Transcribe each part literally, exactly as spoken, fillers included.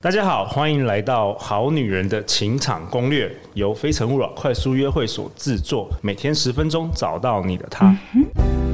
大家好，欢迎来到好女人的情场攻略，由非诚勿扰快速约会所制作，每天十分钟，找到你的他。嗯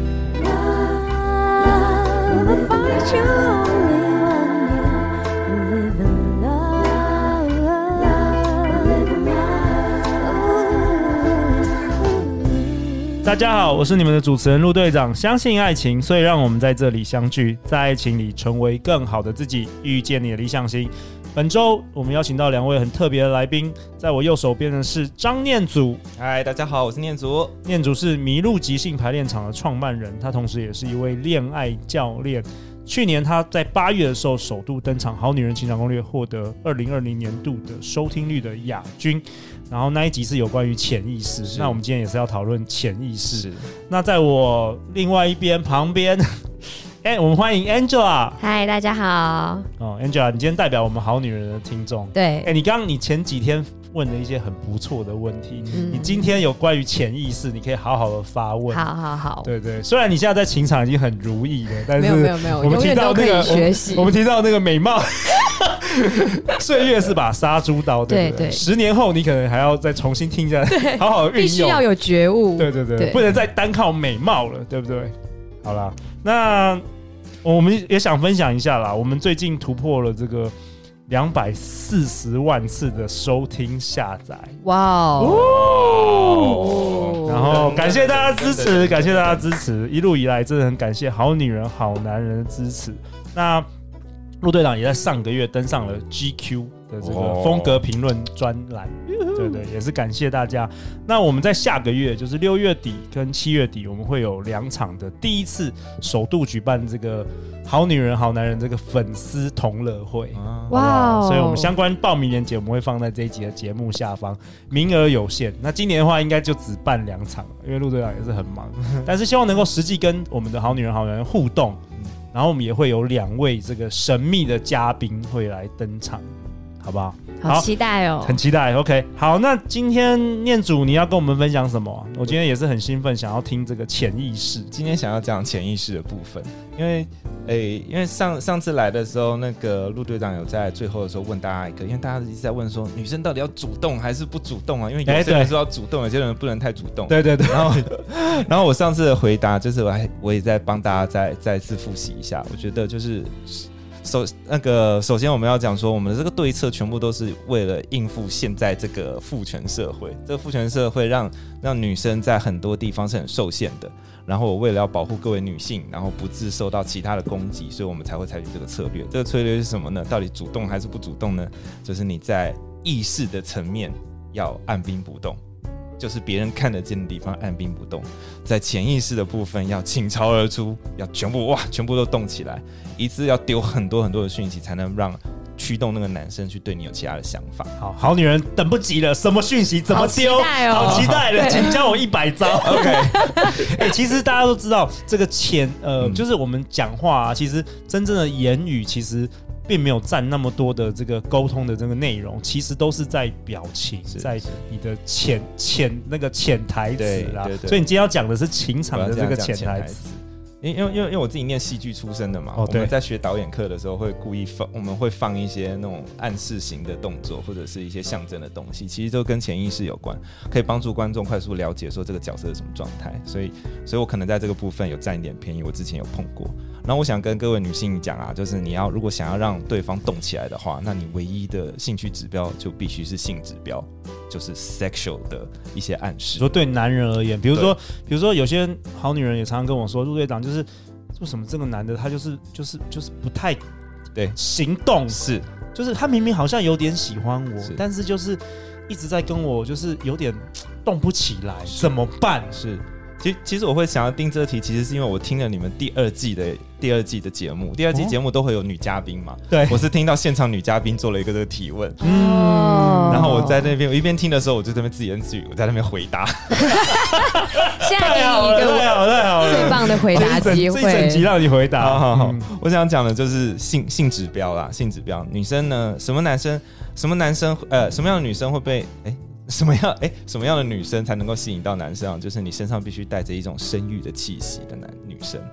大家好，我是你们的主持人陆队长。相信爱情，所以让我们在这里相聚，在爱情里成为更好的自己，遇见你的理想型。本周我们邀请到两位很特别的来宾，在我右手边的是张念祖。 嗨，大家好，我是念祖。 念祖是麋鹿即兴排练场的创办人，他同时也是一位恋爱教练。去年他在八月的时候首度登场《好女人情场攻略》，获得二零二零年度的收听率的亚军。然后那一集是有关于潜意识，那我们今天也是要讨论潜意识。那在我另外一边旁边，哎，我们欢迎 Angela。 嗨，大家好。 哦 ，Angela， 你今天代表我们好女人的听众。 对。哎， 你刚刚你前几天问了一些很不错的问题，嗯、你今天有关于潜意识，你可以好好的发问。 好好好。 对对，虽然你现在在情场已经很如意了，但是没有没有没有， 我们提到那个学习， 我们提到那个美貌。岁月是把杀猪刀，对不对？对对，十年后你可能还要再重新听一下，好好运用， 必须要有觉悟。 对对 对, 对，不能再单靠美貌了，对不对？好啦，那我们也想分享一下啦，我们最近突破了这个两百四十万次的收听下载， 哇哦！ 然后感谢大家支持，感谢大家支持，一路以来真的很感谢好女人、好男人的支持。那陆队长也在上个月登上了 G Q 的这个风格评论专栏，对对，也是感谢大家。那我们在下个月，就是六月底跟七月底，我们会有两场的第一次首度举办这个好女人好男人这个粉丝同乐会，哇！所以我们相关报名链接我们会放在这一集的节目下方，名额有限。那今年的话，应该就只办两场，因为陆队长也是很忙，但是希望能够实际跟我们的好女人好男人互动。然后我们也会有两位这个神秘的嘉宾会来登场，好不好？ 好期待哦， 很期待。OK， 好，那今天念祖你要跟我们分享什么、啊？我今天也是很兴奋，想要听这个潜意识。 今天想要讲潜意识的部分，因为诶，因为上上次来的时候，那个陆队长有在最后的时候问大家一个，因为大家一直在问说，女生到底要主动还是不主动啊？因为有些人说要主动，有些人不能太主动。 对对对。 然后，然后我上次的回答就是我还我也在帮大家再再次复习一下，我觉得就是。首那个首先我们要讲说，我们的这个对策全部都是为了应付现在这个父权社会。这个父权社会让让女生在很多地方是很受限的。然后我为了要保护各位女性，然后不致受到其他的攻击，所以我们才会采取这个策略。这个策略是什么呢？到底主动还是不主动呢？就是你在意识的层面要按兵不动。就是别人看得见的地方按兵不动，在潜意识的部分要倾巢而出，要全部哇，全部都动起来，一次要丢很多很多的讯息，才能让驱动那个男生去对你有其他的想法。 好，好女人等不及了，什么讯息怎么丢？ 好期待哦， 好期待了，请教我一百招。OK， 欸、其实大家都知道，这个潜呃、嗯，就是我们讲话啊，其实真正的言语其实。并没有占那么多的这个沟通的这个内容，其实都是在表情，在你的潜潜那个潜台词啦。所以你今天要讲的是情场的这个潜台词。 因为因为因为我自己念戏剧出身的嘛、哦，我们在学导演课的时候会故意放，我们会放一些那种暗示型的动作，或者是一些象征的东西，其实都跟潜意识有关，可以帮助观众快速了解说这个角色是什么状态。所以，所以我可能在这个部分有占一点便宜，我之前有碰过。然后我想跟各位女性讲啊，就是你要如果想要让对方动起来的话，那你唯一的兴趣指标就必须是性指标，就是 sexual 的一些暗示。 说对男人而言，比如说，比如说有些好女人也常常跟我说，陆队长就是为什么这个男的他就是就是就是不太对行动， 是就是他明明好像有点喜欢我，是但是就是一直在跟我就是有点动不起来，怎么办？ 是。其实，其实我会想要定这题，其实是因为我听了你们第二季的第二季的节目，第二季节目都会有女嘉宾嘛。对，我是听到现场女嘉宾做了一个这个提问，嗯，然后我在那边，我一边听的时候，我就在那边自言自语，我在那边回答。 现在给你一个最棒的回答机会， 这一整集让你回答。 好好好，嗯、我想讲的就是性性指标啦，性指标。女生呢，什么男生，什么男生，呃，什么样的女生会被哎？什么样哎，什么样的女生才能够吸引到男生啊？就是你身上必须带着一种生育的气息的男女生，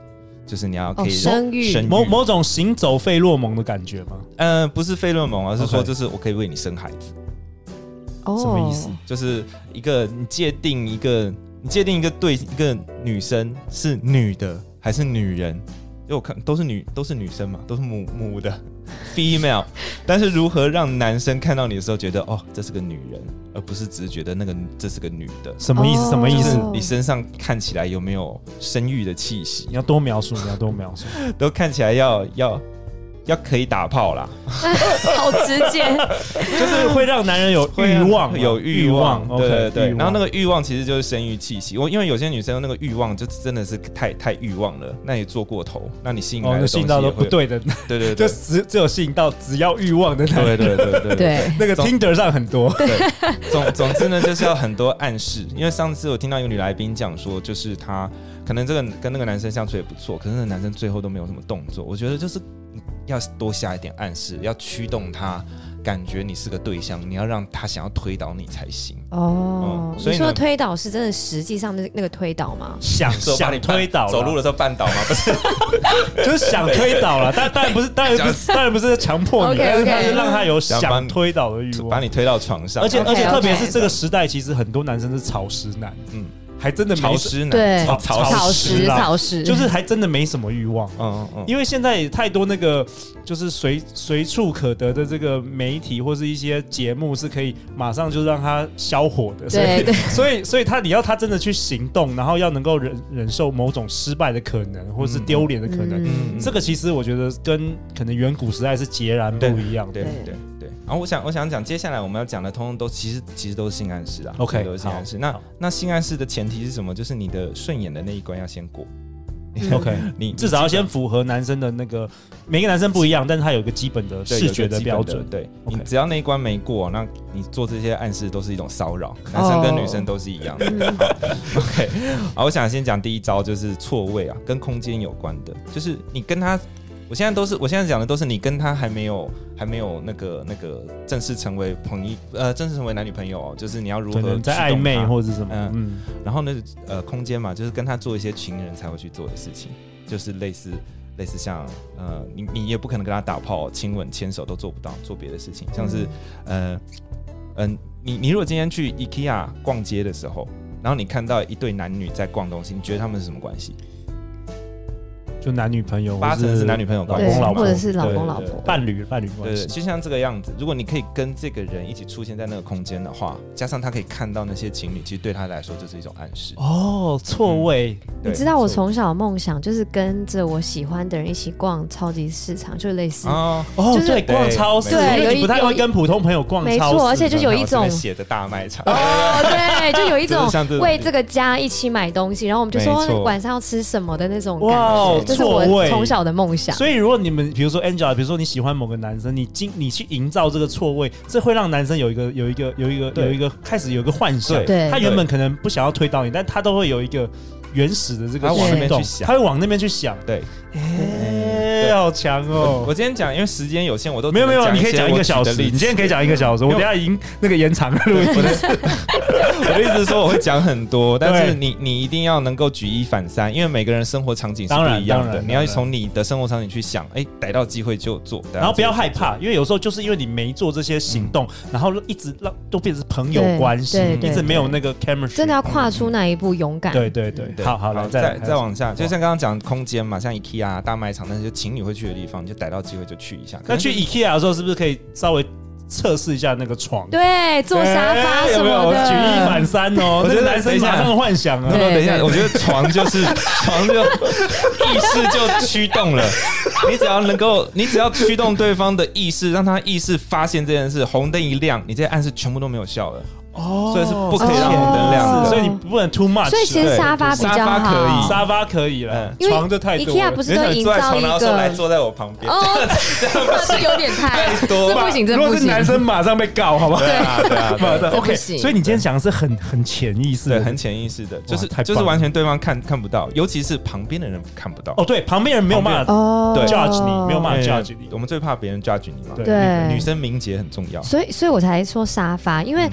就是你要可以、 哦、生育， 生育某某种行走费洛蒙的感觉吗？ 呃，不是费洛蒙，而是说 Okay. 就是我可以为你生孩子。 哦， 什么意思？ 就是一个你界定一个你界定一个对一个女生是女的还是女人，因为我看都是女都是女生嘛，都是母母的 female， 但是如何让男生看到你的时候觉得哦这是个女人，而不是只是觉得那个这是个女的？ 什么意思？ 哦、 什么意思？ 你身上看起来有没有生育的气息？ 你要多描述，你要多描述， 都看起来要要要可以打炮啦， 好直接， 就是会让男人有欲望， 有欲望，对对对。 okay, 然后那个欲望其实就是生育气息。我因为有些女生那个欲望就真的是太太欲望了，那你做过头，那你吸引来的东西、哦、 吸引到都不对的， 对对对， 就只只有吸引到只要欲望的男人， 对对对对 对, 对， 那个 Tinder 上很多。 对，总总之呢，就是要很多暗示。因为上次我听到一个女来宾讲说，就是她可能这个跟那个男生相处也不错，可是那个男生最后都没有什么动作。我觉得就是要多下一点暗示，要驱动他感觉你是个对象，你要让他想要推倒你才行。 哦，嗯、所以你说的推倒是真的实际上的那个推倒吗？ 想想推倒， 走路的时候绊倒吗？不是， 就是想推倒了。但当然不是，当然不是，当然不是强迫你， okay, okay, 但是让他有想推倒的欲望， 把你推到床上。 而且 okay, 而且特别 okay, 是这个时代，其实很多男生是草食男，嗯。还真的没潮湿男， 对， 草草食草食， 就是还真的没什么欲望， 嗯嗯， 因为现在也太多那个就是随随处可得的这个媒体或是一些节目是可以马上就让他消火的，所以对对， 所以所以他你要他真的去行动，然后要能够忍忍受某种失败的可能，或是丢脸的可能， 嗯、 这个其实我觉得跟可能远古时代是截然不一样的， 对对 对, 对。然后我想我想讲接下来我们要讲的，通通都其实其实都是性暗示啊 ，OK， 都是性暗示。那那性暗示的前提是什么？就是你的顺眼的那一关要先过。 OK， 你至少要先符合男生的那个，每个男生不一样，但是他有一个基本的视觉的标准。 对， okay. 你只要那一关没过，那你做这些暗示都是一种骚扰，男生跟女生都是一样的。Oh. OK， 好，我想先讲第一招，就是错位啊，跟空间有关的，就是你跟他。我现在都是，我现在讲的都是你跟他还没有还没有那个那个正式成为朋友，呃，正式成为男女朋友哦，就是你要如何在暧昧或者是什么，嗯， 嗯然后呢，呃，空间嘛，就是跟他做一些情人才会去做的事情，就是类似类似像呃，你你也不可能跟他打炮、亲吻、牵手都做不到，做别的事情，像是呃嗯、呃，你你如果今天去 IKEA 逛街的时候，然后你看到一对男女在逛东西，你觉得他们是什么关系？ 就男女朋友， 八成是男女朋友关系， 老公老婆， 或者是老公老婆， 伴侣伴侣关系。 对，就像这个样子。如果你可以跟这个人一起出现在那个空间的话，加上他可以看到那些情侣，其实对他来说就是一种暗示。 哦，错位。 嗯、你知道我从小的梦想就是跟着我喜欢的人一起逛超级市场，就类似哦，就是、对，逛超市， 对， 因为你不太会跟普通朋友逛超市， 没错，而且就有一种写的大卖场。 哦，对，就有一种为这个家一起买东西，然后我们就说晚上要吃什么的那种感觉，这是我从小的梦想。 所以如果你们比如说 Angela， 比如说你喜欢某个男生，你经你去营造这个错位，这会让男生有一个有一个有一个有一个开始有一个幻想。 对， 他原本可能不想要推倒你，但他都会有一个原始的这个行动，他会往那边去想。 对， 哎，好强哦！ 我, 我今天讲，因为时间有限，我都没有没有，你可以讲一个小时。你今天可以讲一个小时，我等一下已经那个延长了录音。 我的意思是说，我会讲很多，但是你你一定要能够举一反三，因为每个人生活场景是不一样的。你要从你的生活场景去想，哎，逮到机会就做， 然后不要害怕，因为有时候就是因为你没做这些行动，嗯、然后一直让都变成朋友关系，一直没有那个 chemistry， 真的要跨出那一步，勇敢。 对对对，对好好来再再往下，就像刚刚讲空间嘛，像 IKEA 大卖场那些情侣会去的地方，你就逮到机会就去一下。 那去 IKEA 的时候，是不是可以稍微测试一下那个床？ 对，坐沙发什么的， 有没有举一反三哦？我觉得男生马上幻想啊。 等一下，我觉得床就是床就意识就驱动了。你只要能够，你只要驱动对方的意识，让他意识发现这件事，红灯一亮，你这些暗示全部都没有效了。哦，所以是不可以让红灯亮的， 所以你不能 too much。 所以其实沙发比较好， 沙发可以， 沙发可以了，床就太多了。 IKEA 不是都营造一个来坐在我旁边， 哦，这有点太多， 这不行，这不行。 如果是男生，马上被告，好不好？ 对啊，对啊， 马上 OK。所以你今天讲的是很很潜意识的， 对，很潜意识的，就是就是完全对方看看不到，尤其是旁边的人看不到。 哦，对，旁边人没有办法 judge 你，没有办法 judge 你。 我们最怕别人 judge 你嘛。 对， 女生名节很重要。 所以，所以我才说沙发，因为 IKEA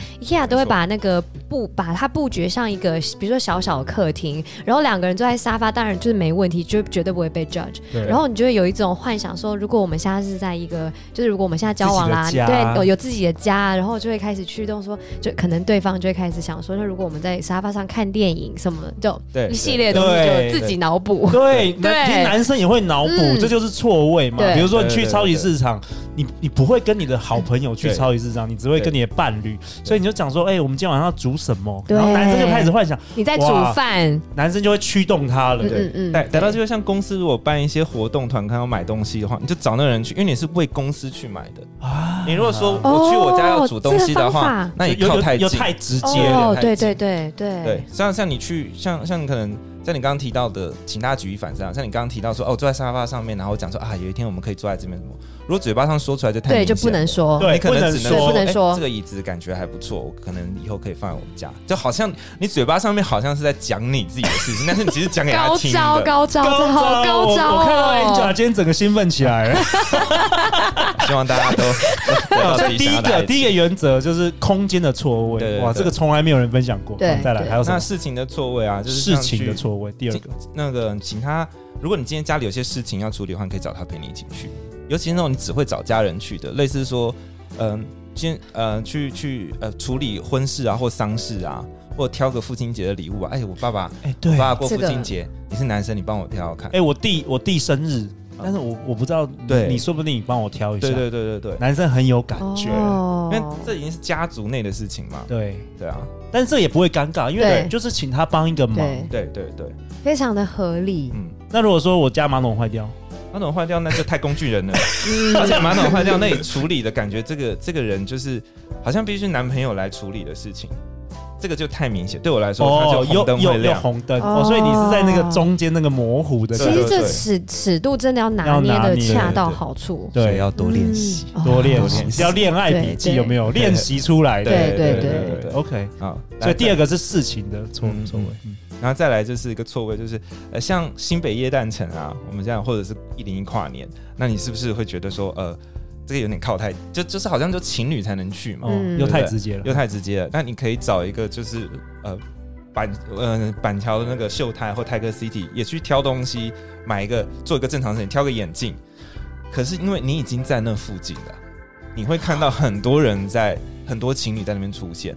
都会把那个布把它布局像一个比如说小小的客厅，然后两个人坐在沙发，当然就是没问题，就绝对不会被 judge。然后你就会有一种幻想说，如果我们现在是在一个，就是如果我们现在交往啦，对，有有自己的家，然后就会开始驱动说，就可能对方就会开始想说，那如果我们在沙发上看电影什么，就一系列的东西就自己脑补。 对，对，其实男生也会脑补，这就是错位嘛。比如说你去超级市场，你你不会跟你的好朋友去超级市场，你只会跟你的伴侣，所以你就讲说，哎，我们今天晚上要煮什么？然后男生就开始幻想你在煮饭， 男生就会驱动他了。 对，嗯，逮到就像公司如果办一些活动团看要买东西的话，你就找那个人去，因为你是为公司去买的啊。你如果说我去我家要煮东西的话，那你靠太近， 又太直接了。 对对对对对，像像你去像像可能像你刚刚提到的，请大家举一反三，像你刚刚提到说哦，坐在沙发上面，然后讲说啊，有一天我们可以坐在这边什么。如果嘴巴上说出来就太明显了， 对，就不能说， 对， 你可能只能说， 不能说、欸、 这个椅子感觉还不错，我可能以后可以放在我们家，就好像你嘴巴上面好像是在讲你自己的事情，但是你其实讲给他听的。 高招，高招，高招，高招、哦！ 我看到 Angela 今天整个兴奋起来了， 希望大家都。 所以第一个第一个原则就是空间的错位，对对对，哇，这个从来没有人分享过。 对， 再来还有什么？ 那事情的错位啊，就是事情的错位。第二个， 那个请他，如果你今天家里有些事情要处理的话，你可以找他陪你一起去。尤其是那种你只会找家人去的，类似说，嗯、呃，先呃去去呃处理婚事啊，或丧事啊，或挑个父亲节的礼物啊。哎，我爸爸，哎，对，我爸爸过父亲节，这个、你是男生，你帮我挑挑看。 哎，我弟我弟生日，但是我我不知道，对，你说不定你帮我挑一下。 对对对对对， 男生很有感觉， 哦、 因为这已经是家族内的事情嘛。 对对啊， 但是这也不会尴尬，因为就是请他帮一个忙。 对对对， 非常的合理。 嗯， 那如果说我家马桶坏掉。 马桶坏掉那就太工具人了，而且马桶坏掉那里处理的感觉，这个这个人就是好像必须男朋友来处理的事情，这个就太明显。对我来说，哦、它就红灯会亮， 红灯、哦，所以你是在那个中间那个模糊的。 其实这尺尺度真的要拿捏的恰到好处， 对，对，要多练习， 嗯、 多练习，要恋爱笔记有没有练习出来的？ 对对对对 ，OK 啊。所以第二个是事情的错错位。嗯然后再来就是一个错位，就是呃，像新北耶诞城啊，我们这样或者是一零一跨年，那你是不是会觉得说，呃，这个有点靠太，就就是好像就情侣才能去嘛， 嗯、又太直接了， 又太直接了。那你可以找一个就是呃板呃板桥的那个秀泰或泰克 City 也去挑东西，买一个做一个正常事情，挑个眼镜。可是因为你已经在那附近了，你会看到很多人在。很多情侣在那边出现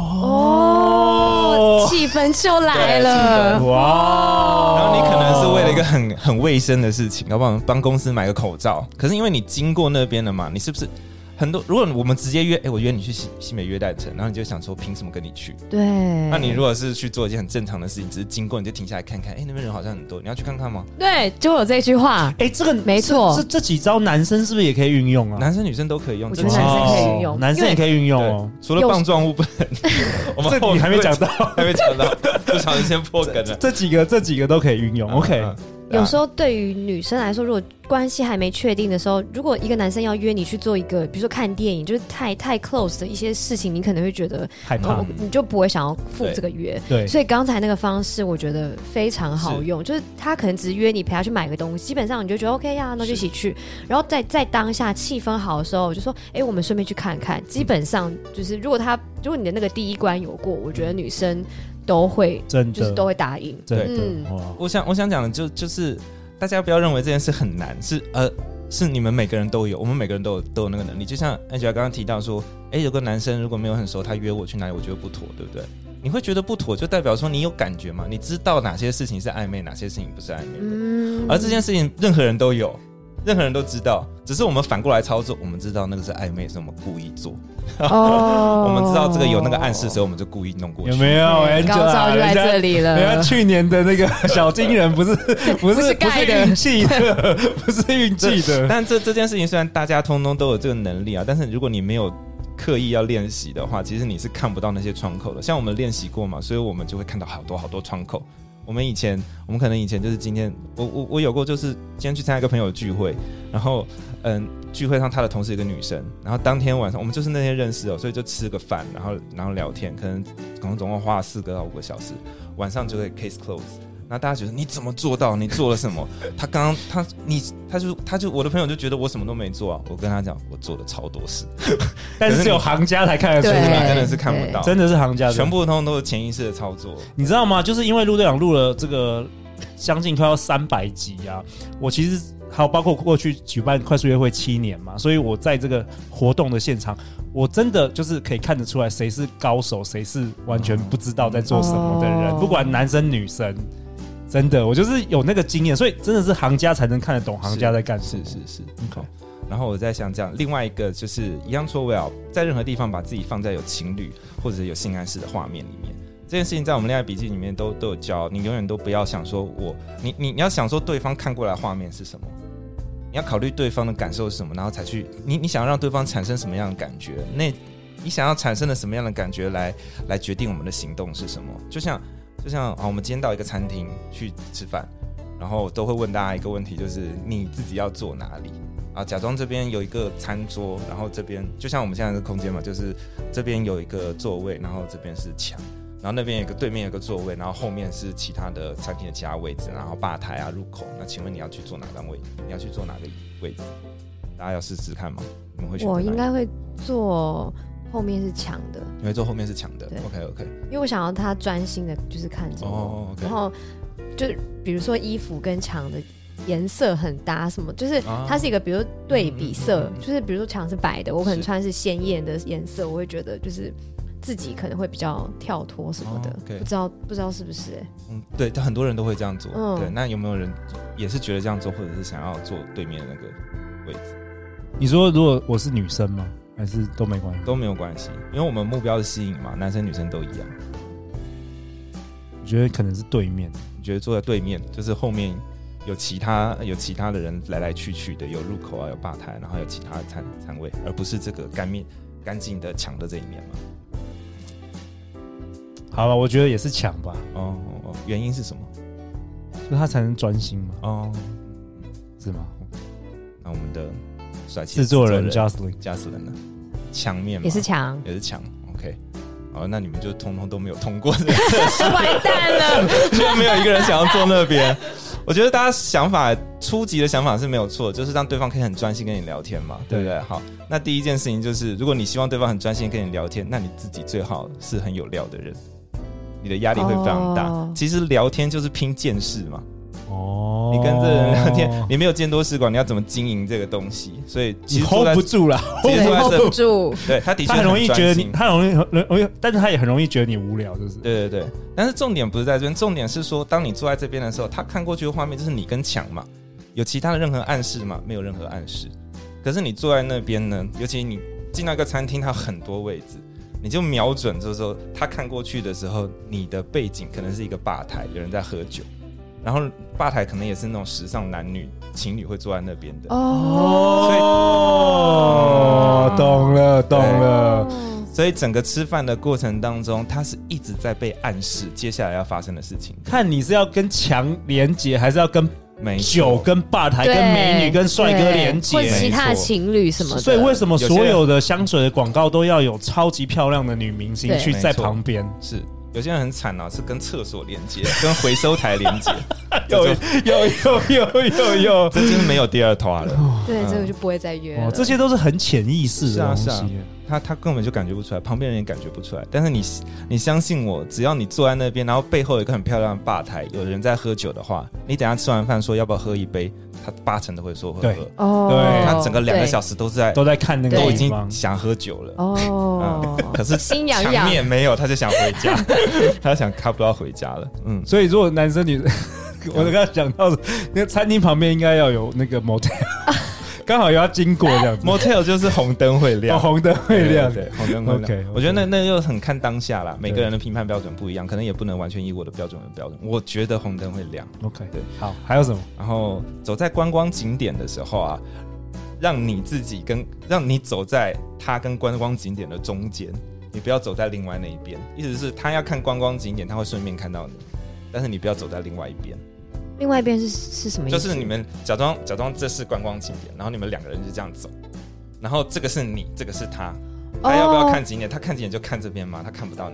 哦，气氛就来了哇！ 然后你可能是为了一个很很卫生的事情，要不然帮公司买个口罩。可是因为你经过那边了嘛，你是不是很多？如果我们直接约，哎、欸，我约你去西西美约旦城，然后你就想说，凭什么跟你去？ 对。 那你如果是去做一件很正常的事情，只是经过你就停下来看看，哎、欸，那边人好像很多，你要去看看吗？ 对，就有这句话。 哎、欸，这个没错， 这这几招男生是不是也可以运用啊？ 男生女生都可以用， 我觉得男生可以运用， 哦、男生也可以运用哦。 除了棒状物不能，我们这你还没讲到， 还没讲到，不小心先破梗了。 这, 这几个这几个都可以运用、嗯、，OK。嗯有时候对于女生来说，如果关系还没确定的时候，如果一个男生要约你去做一个，比如说看电影，就是太太 close 的一些事情，你可能会觉得害怕、哦， 你就不会想要赴这个约。 对， 所以刚才那个方式我觉得非常好用，是就是他可能只是约你陪他去买个东西，基本上你就觉得 OK 呀、啊，那就一起去。然后在在当下气氛好的时候，我就说，哎、欸，我们顺便去看看。基本上就是如果他如果你的那个第一关有过，我觉得女生都会真的就是都会答应。 对， 嗯， 我想我想讲的就就是。大家不要认为这件事很难，是呃，是你们每个人都有，我们每个人都有都有那个能力。就像 Angela 刚刚提到说，哎，有个男生如果没有很熟，他约我去哪里，我觉得不妥，对不对？你会觉得不妥，就代表说你有感觉嘛？你知道哪些事情是暧昧，哪些事情不是暧昧的。嗯，而这件事情任何人都有，任何人都知道，只是我们反过来操作，我们知道那个是暧昧，所以我们故意做。哦，我们知道这个有那个暗示，所以我们就故意弄过去。 有没有？ 高招就在这里了。 人家去年的那个小金人不是不是不是运气的，不是运气的。 但这这件事情虽然大家通通都有这个能力啊，但是如果你没有刻意要练习的话，其实你是看不到那些窗口的。像我们练习过嘛，所以我们就会看到好多好多窗口。我们以前，我们可能以前就是今天，我我我有过，就是今天去参加一个朋友的聚会，然后嗯，聚会上他的同事一个女生，然后当天晚上我们就是那天认识哦，所以就吃个饭，然后然后聊天，可能可能总共花了四个到五个小时，晚上就会 case close。 那大家觉得你怎么做到？你做了什么？他刚刚他你他就他就我的朋友就觉得我什么都没做啊。我跟他讲，我做了超多事， 但是只有行家才看得出来， 真的是看不到， 真的是行家， 全部通通都是潜意识的操作。 你知道吗？就是因为陆队长录了这个将近快要三百集啊，我其实还有包括过去举办快速约会七年嘛，所以我在这个活动的现场，我真的就是可以看得出来谁是高手，谁是完全不知道在做什么的人，哦、不管男生女生。真的，我就是有那个经验，所以真的是行家才能看得懂行家在干什么。 是是是，好。然后我在想讲另外一个，就是一样说，我要在任何地方把自己放在有情侣或者有性暗示的画面里面。这件事情在我们恋爱笔记里面都都有教，你永远都不要想说我，你你你要想说对方看过来的画面是什么，你要考虑对方的感受是什么，然后才去你你想要让对方产生什么样的感觉，那你想要产生的什么样的感觉来来决定我们的行动是什么，就像。就像啊，我们今天到一个餐厅去吃饭，然后都会问大家一个问题，就是你自己要坐哪里啊？假装这边有一个餐桌，然后这边就像我们现在的空间嘛，就是这边有一个座位，然后这边是墙，然后那边有一个对面有一个座位，然后后面是其他的餐厅的其他位置，然后吧台啊入口。那请问你要去坐哪张位？你要去坐哪个位置？大家要试试看吗？你们会选择哪一个？ 我应该会坐。后面是墙的， 你会坐后面是墙的 ，OK OK， 因为我想要他专心的，就是看着我， oh, okay. 然后就比如说衣服跟墙的颜色很搭，什么就是它是一个比如对比色，嗯、就是比如说墙是白的，我可能穿是鲜艳的颜色，我会觉得就是自己可能会比较跳脱什么的， oh, okay. 不知道不知道是不是、欸？ 嗯，对，但很多人都会这样做， 嗯、 对。那有没有人也是觉得这样做，或者是想要坐对面的那个位置？ 你说如果我是女生吗？还是都没关系， 都没有关系，因为我们目标是吸引嘛，男生女生都一样。 我觉得可能是对面， 你觉得坐在对面，就是后面有其他有其他的人来来去去的，有入口啊，有吧台，然后有其他的餐餐位，而不是这个干面干净的墙的这一面嘛。 好了，我觉得也是墙吧。 哦哦，原因是什么？ 就他才能专心嘛。 哦， 是吗？ 那我们的。 制作人 Jocelyn Jocelyn 呢？墙面嘛也是墙， 也是墙。OK， 好，那你们就通通都没有通过这个测试， 完蛋了， 就没有一个人想要坐那边。我觉得大家想法初级的想法是没有错，就是让对方可以很专心跟你聊天嘛，对不对？好，那第一件事情就是，如果你希望对方很专心跟你聊天，那你自己最好是很有料的人，你的压力会非常大。哦、其实聊天就是拼见识嘛。哦，你跟这人聊天，你没有见多识广，你要怎么经营这个东西？所以其实 hold 不住啦 ，hold 不住。 对，他的确他很容易觉得你，他容易很容易，但是他也很容易觉得你无聊，就是。 对对对，但是重点不是在这边，重点是说，当你坐在这边的时候，他看过去的画面就是你跟墙嘛，有其他的任何暗示吗？没有任何暗示。可是你坐在那边呢，尤其你进到一个餐厅，它有很多位置。你就瞄准，就是说他看过去的时候，你的背景可能是一个吧台，有人在喝酒。然后吧台可能也是那种时尚男女情侣会坐在那边的哦，所以哦，懂了懂了。 所以整个吃饭的过程当中，他是一直在被暗示接下来要发生的事情。 看你是要跟墙连接，还是要跟酒、跟吧台、跟美女、跟帅哥连接， 或者其他的情侣什么的。 所以为什么所有的香水的广告都要有超级漂亮的女明星去在旁边？ 是。有些人很惨啊，是跟厕所连接，跟回收台连接， 有有有有有有， 这就是没有第二团了。 对，这个就不会再约了。 这些都是很潜意识的东西， 是啊是啊，他他根本就感觉不出来，旁边人也感觉不出来。但是你你相信我，只要你坐在那边，然后背后有一个很漂亮的吧台，有人在喝酒的话，你等一下吃完饭说要不要喝一杯，他八成都会说会喝。 哦， 对， 他整个两个小时都在都在看那个， 都已经想喝酒了。 哦， 嗯、可是心痒痒， 墙面没有，他就想回家，他想他不知道回家了。嗯， 所以如果男生女生，我刚刚讲到那个餐厅旁边应该要有那个 motel。刚好要经过这样子 ，motel 就是红灯会亮， 哦、红灯会亮， 对，红灯会亮。Okay, okay. 我觉得那那又很看当下啦，每个人的评判标准不一样，可能也不能完全以我的标准为标准。我觉得红灯会亮 ，OK， 对， 好，还有什么？ 然后走在观光景点的时候啊，让你自己跟让你走在他跟观光景点的中间，你不要走在另外那一边。意思是他要看观光景点，他会顺便看到你，但是你不要走在另外一边。 另外一边是是什么意思？ 就是你们假装假装这是观光景点，然后你们两个人就这样走，然后这个是你，这个是他，他要不要看景点？他看景点就看这边吗？他看不到你啊。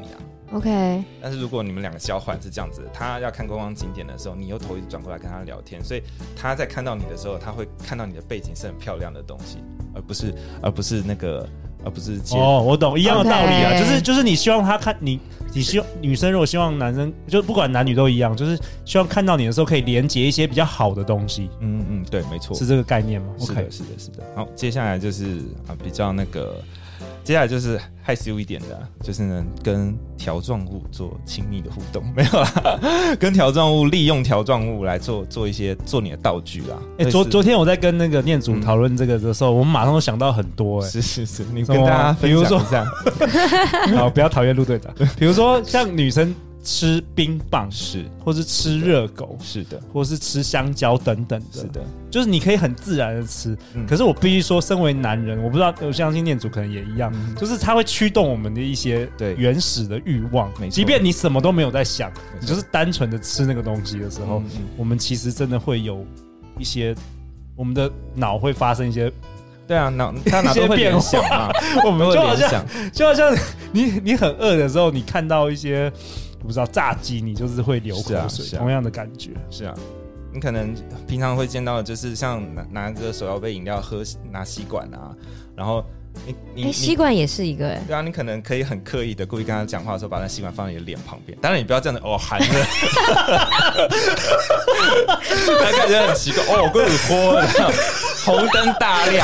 OK， 但是如果你们两个交换是这样子，他要看观光景点的时候，你又头一直转过来跟他聊天，所以他在看到你的时候，他会看到你的背景是很漂亮的东西，而不是而不是那个而不是哦，我懂一样的道理啊， Okay 就是就是你希望他看你，你希望女生如果希望男生，就不管男女都一样，就是希望看到你的时候可以连接一些比较好的东西。 嗯嗯，对，没错， 是这个概念吗？ 是的， OK 是的，是的。好，接下来就是啊比较那个。接下来就是害羞一点的、啊，就是呢跟条状物做亲密的互动，没有啦，跟条状物利用条状物来做做一些做你的道具啦。 哎、欸，昨昨天我在跟那个念祖讨论这个的时候，嗯、我们马上都想到很多、欸，哎， 是是是，你跟大家分享一下。 好，不要讨厌陆队长。比如说像女生吃冰棒是， 或是吃热狗是的， 或是吃香蕉等等的， 是的， 就是你可以很自然的吃。嗯、可是我必须说，身为男人，我不知道，我相信念祖可能也一样，嗯、就是他会驱动我们的一些原始的欲望。即便你什么都没有在想，你就是单纯的吃那个东西的时候，嗯嗯、我们其实真的会有一些，我们的脑会发生一些。 对啊，脑他哪都会联想嘛， 我们就好像就好像你你很饿的时候，你看到一些我不知道炸鸡，你就是会流口水，啊啊、同样的感觉。 是啊，你可能平常会见到的就是像拿拿个手摇杯饮料喝，拿吸管啊，然后你你、欸、 吸管也是一个哎、欸， 对啊，你可能可以很刻意的故意跟他讲话的时候，把那吸管放在你的脸旁边，当然你不要这样子哦含着，他感觉很奇怪哦，我跟你说。红灯大亮，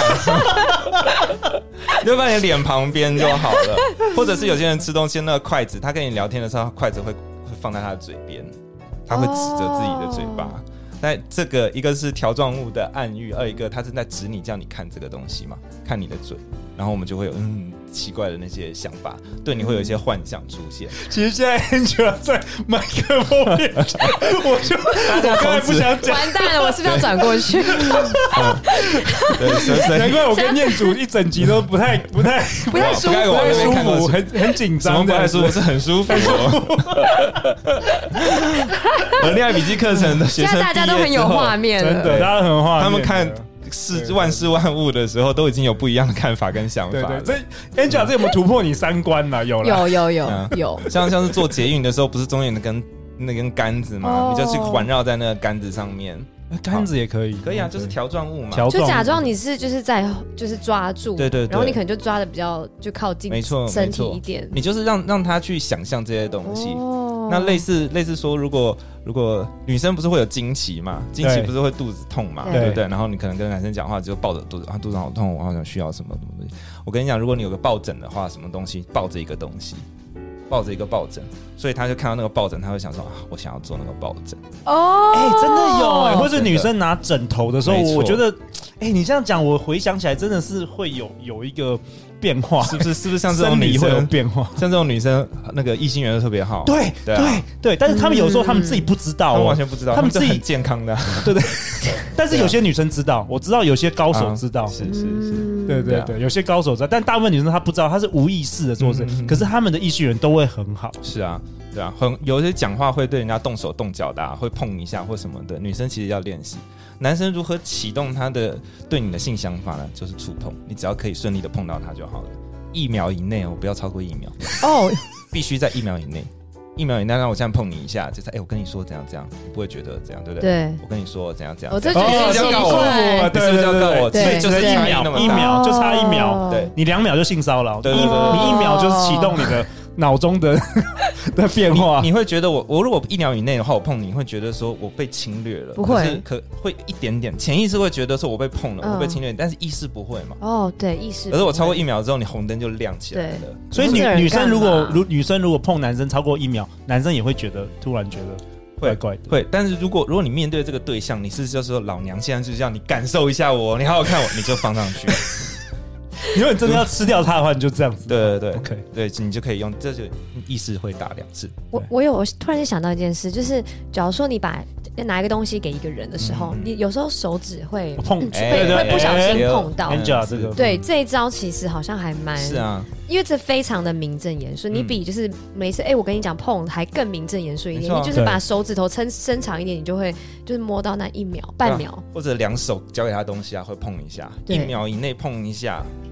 你就放你的脸旁边就好了。或者是有些人吃东西，那个筷子，他跟你聊天的时候，筷子会会放在他的嘴边，他会指着自己的嘴巴。但这个一个是条状物的暗喻，二一个他正在指你，叫你看这个东西嘛，看你的嘴，然后我们就会有嗯奇怪的那些想法，对你会有一些幻想出现。 其实现在 Angela 在麦克风面前，我就我刚才不想讲， 完蛋了，我是不是要转过去？ 嗯、对，所以难怪我跟念祖一整集都不太不太不太舒服， 不太舒服，很很紧张， 不太舒服是很舒服、哦。我恋爱笔记课程的学生， 现在大家都很有画面了， 真的，大家很有画面。 他们看事万事万物的时候，都已经有不一样的看法跟想法了。 对对，这 Angela 这有没有突破你三观了？有了， 有有有、嗯、有。 像像是做捷运的时候，不是中间的根那根杆子嘛，哦、你就去环绕在那个杆子上面。 杆子也可以， 可以啊，就是条状物嘛， 就假装你是就是在就是抓住， 对 对, 对， 然后你可能就抓的比较就靠近身体一点， 你就是让让他去想象这些东西。哦、那类似类似说，如果如果女生不是会有经期嘛，经期不是会肚子痛嘛， 对, 对不对？然后你可能跟男生讲话就抱着肚子，啊肚子好痛，我好像需要什么什么东西。我跟你讲，如果你有个抱枕的话，什么东西抱着一个东西。抱着一个抱枕，所以他就看到那个抱枕，他会想说啊，我想要做那个抱枕。 哦， 哎、欸，真的有哎、欸，或是女生拿枕头的时候，我觉得，哎、欸，你这样讲，我回想起来真的是会有有一个变化， 是不是？是不是像这种女生会有变化？ 像这种女生，那个异性缘都特别好。 对对、啊、对对，但是他们有时候他们自己不知道、哦， 他们完全不知道， 他们自己很健康的、啊， 对对。但是有些女生知道，我知道有些高手知道，啊、 是是是， 对对对，有些高手知道，但大部分女生她不知道，她是无意识的做事，嗯、可是他们的异性缘都会很好。 是啊，对啊，很有些讲话会对人家动手动脚的、啊，会碰一下或什么的，女生其实要练习。男生如何启动他的对你的性想法呢？就是触碰，你只要可以顺利的碰到他就好了。一秒以内，我不要超过一秒哦， 必须在一秒以内。一秒以内，让我这样碰你一下，就是哎、欸，我跟你说怎样怎样，你不会觉得怎样，对不对？ 对， 我跟你说怎样怎样， 我这觉得你是不是要告我？ 对，是不是要告我？ 所以就是一秒， 一秒就差一秒， 对， 你两秒就性骚扰， 对对对， 你一秒就是启动你的脑中的的变化。 你会觉得我我如果一秒以内的话，我碰你，你会觉得说我被侵略了， 不会， 可会一点点，潜意识会觉得说我被碰了，嗯、我被侵略，但是意识不会嘛。 哦，对，意识。 可是我超过一秒之后，你红灯就亮起来了。 所以女女生如果如女生如果碰男生超过一秒，男生也会觉得突然觉得怪怪的。 会，但是如果如果你面对这个对象，你是就是说老娘现在就是要你感受一下我，你好好看我，你就放上去。 如果你真的要吃掉它的话，你就这样子。 对对对 ，OK， 对，你就可以用，这就意识会打两次。 我我有，我突然间想到一件事，就是假如说你把拿一个东西给一个人的时候，嗯、你有时候手指会碰， 嗯欸、会会不小心碰到。 欸欸、这个对这一招其实好像还蛮是啊， 因为这非常的名正言顺，嗯、你比就是每次哎、欸，我跟你讲碰还更名正言顺一点，你就是把手指头伸伸长一点，你就会就是摸到那一秒半秒， 啊、或者两手交给他东西啊，会碰一下，一秒以内碰一下。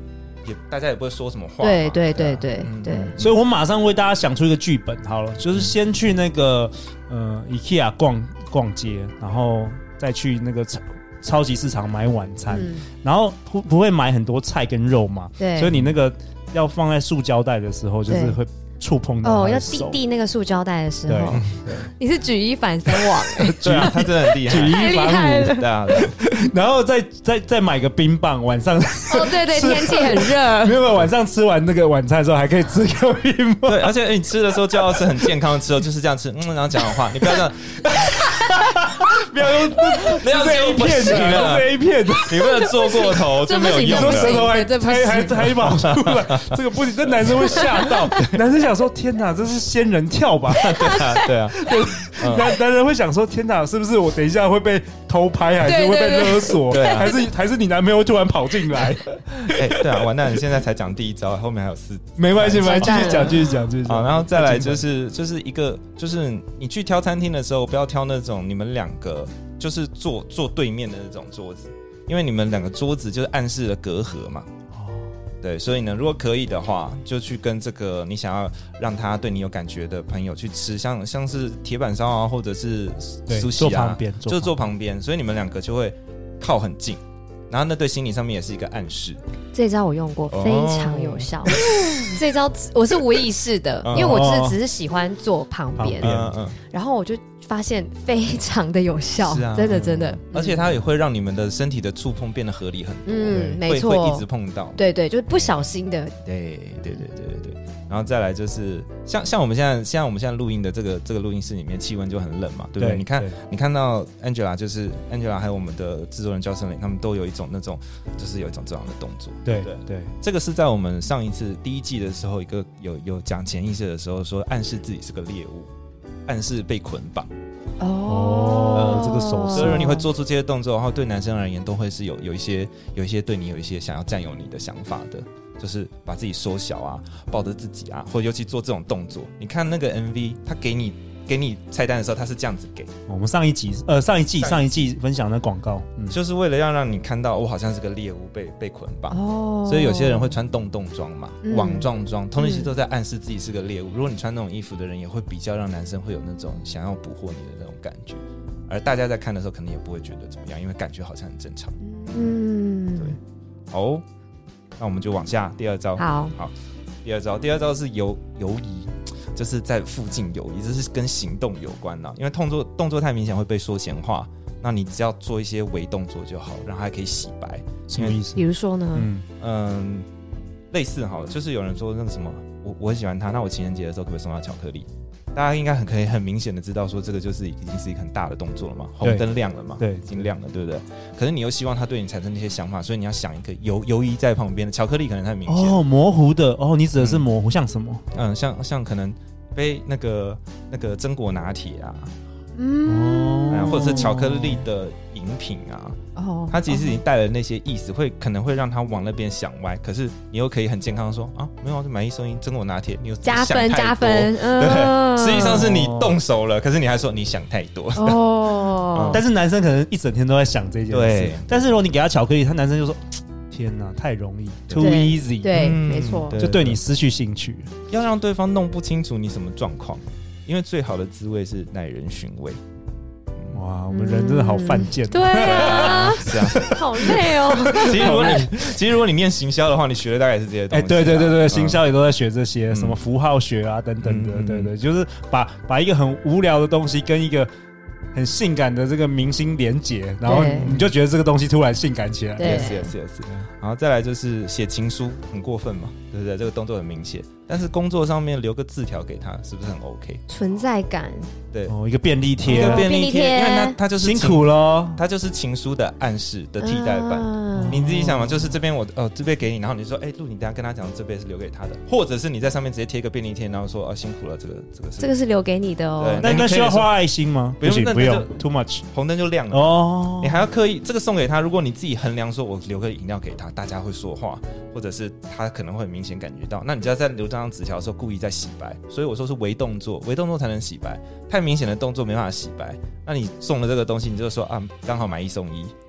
也大家也不会说什么话嘛。 对对对对啊对、嗯， 所以我马上为大家想出一个剧本好了，就是先去那个呃 IKEA 逛逛街，然后再去那个超超级市场买晚餐，嗯、然后不不会买很多菜跟肉嘛， 对， 所以你那个要放在塑胶袋的时候，就是会触碰到哦，要递递那个塑胶袋的时候， 对， 你是举一反三王、 欸，对啊，他真的很厉害， 举一反五， 对啊， 然后再再再买个冰棒，晚上哦，对对，天气很热， 没有没有，晚上吃完那个晚餐的时候还可以吃个冰棒， 对，而且你吃的时候就要是很健康的吃哦，就是这样吃，嗯，然后讲好话，你不要这样。 不要用， 那样是 A 片的， 那是 A 片的， 你不能做过头就没有用了。 了。 你说舌头还还还还跑出来，这个不行，这男生会吓到。男生想说：天哪，这是仙人跳吧？ 对啊，对啊。 男男人会想说：天哪，是不是我等一下会被偷拍，还是会被勒索？ 对啊， 还是还是你男朋友突然跑进来？ 哎，对啊，完蛋！你现在才讲第一招，后面还有四， 没关系，没关系，继续讲，继续讲，继续讲。 好，然后再来就是就是一个就是你去挑餐厅的时候，不要挑那种你们两个。就是坐坐对面的那种桌子，因为你们两个桌子就是暗示了隔阂嘛。哦，对，所以呢，如果可以的话，就去跟这个你想要让他对你有感觉的朋友去吃，像像是铁板烧啊，或者是苏西啊，就坐旁边，所以你们两个就会靠很近，然后那对心理上面也是一个暗示。 这招我用过，非常有效。哦、这招我是无意识的，因为我是只是喜欢坐旁边，嗯嗯，然后我就。发现非常的有效，啊、真的真的， 而且它也会让你们的身体的触碰变得合理很多， 嗯，没错， 会一直碰到， 对对，就是不小心的， 对对对对对对。然后再来就是像像我们现在现在我们现在录音的这个这个录音室里面气温就很冷嘛，对不对？对你看你看到 Angela 就是 Angela 还有我们的制作人焦胜磊，他们都有一种那种就是有一种这样的动作， 对对对, 对， 这个是在我们上一次第一季的时候一个有有讲潜意识的时候说暗示自己是个猎物，暗示被捆绑。 哦、 呃，这个手势， 所以你会做出这些动作，然后对男生而言都会是有有一些有一些对你有一些想要占有你的想法的，就是把自己缩小啊，抱着自己啊，或者尤其做这种动作。你看那个 M V， 他给你给你菜单的时候，他是这样子给。 我们上一集呃上一季上一季分享的广告、 嗯，就是为了要让你看到我好像是个猎物被被捆绑。哦，所以有些人会穿洞洞装嘛，嗯、网状装，通常都在暗示自己是个猎物。如果你穿那种衣服的人，也会比较让男生会有那种想要捕获你的那种感觉。而大家在看的时候，可能也不会觉得怎么样，因为感觉好像很正常。嗯，对。好，那我们就往下第二招。 好， 好，第二招，第二招是游游移，就是在附近游移，这是跟行动有关的。因为动作动作太明显会被说闲话，那你只要做一些微动作就好，让它可以洗白。 什么意思？ 比如说呢？ 嗯嗯，类似好了，就是有人说那个什么，我我很喜欢他，那我情人节的时候可不可以送他巧克力？大家应该很可以很明显的知道说这个就是已经是一个很大的动作了嘛，红灯亮了嘛，对，已经亮了，对不对？可是你又希望他对你产生那些想法，所以你要想一个游游移在旁边的巧克力，可能太明显哦，模糊的哦，你指的是模糊，嗯、像什么？ 嗯，像像可能杯那个那个榛果拿铁啊， 嗯、 哦，或者是巧克力的饮品啊。哦，他其实已经带了那些意思，会可能会让他往那边想歪，可是你又可以很健康的说啊，没有啊，就买一送一，榛果拿铁，你有加分加分， 嗯、对，实际上是你动手了，可是你还说你想太多哦、 嗯。但是男生可能一整天都在想这件事，但是如果你给他巧克力，他男生就说天哪，太容易 ，too easy， 对，嗯、没错， 就对你失去兴趣， 要让对方弄不清楚你什么状况，因为最好的滋味是耐人寻味。 哇，我们人真的好犯贱、嗯。 对啊， 是啊， 好累哦。 其实如果你其实如果你念行销的话，你学的大概是这些东西、啊。哎、 欸，对对对对，行销也都在学这些，嗯、什么符号学啊等等的，嗯、对对，就是把把一个很无聊的东西跟一个很性感的这个明星连结，然后你就觉得这个东西突然性感起来。 Yes yes yes。然后再来就是写情书，很过分嘛，对不对？这个动作很明显。但是工作上面留个字条给他，是不是很 OK？ 存在感， 对， 哦，一个便利贴， 一个便利贴，因为他他就是辛苦了， 他就是情书的暗示的替代版。啊、你自己想嘛，就是这边我哦这边给你，然后你说，哎、欸，陆，你等一下跟他讲，这边是留给他的，或者是你在上面直接贴一个便利贴，然后说，哦，辛苦了，这个这个是这个是留给你的哦。 对，那那需要花爱心吗？ 不用， 不用 ，too much， 红灯就亮了哦。你还要刻意这个送给他，如果你自己衡量说，我留个饮料给他，大家会说话，或者是他可能会明显感觉到，那你就要在留这张纸条的时候故意在洗白，所以我说是微动作，微动作才能洗白，太明显的动作没办法洗白。那你送了这个东西，你就说啊，刚好买一送一，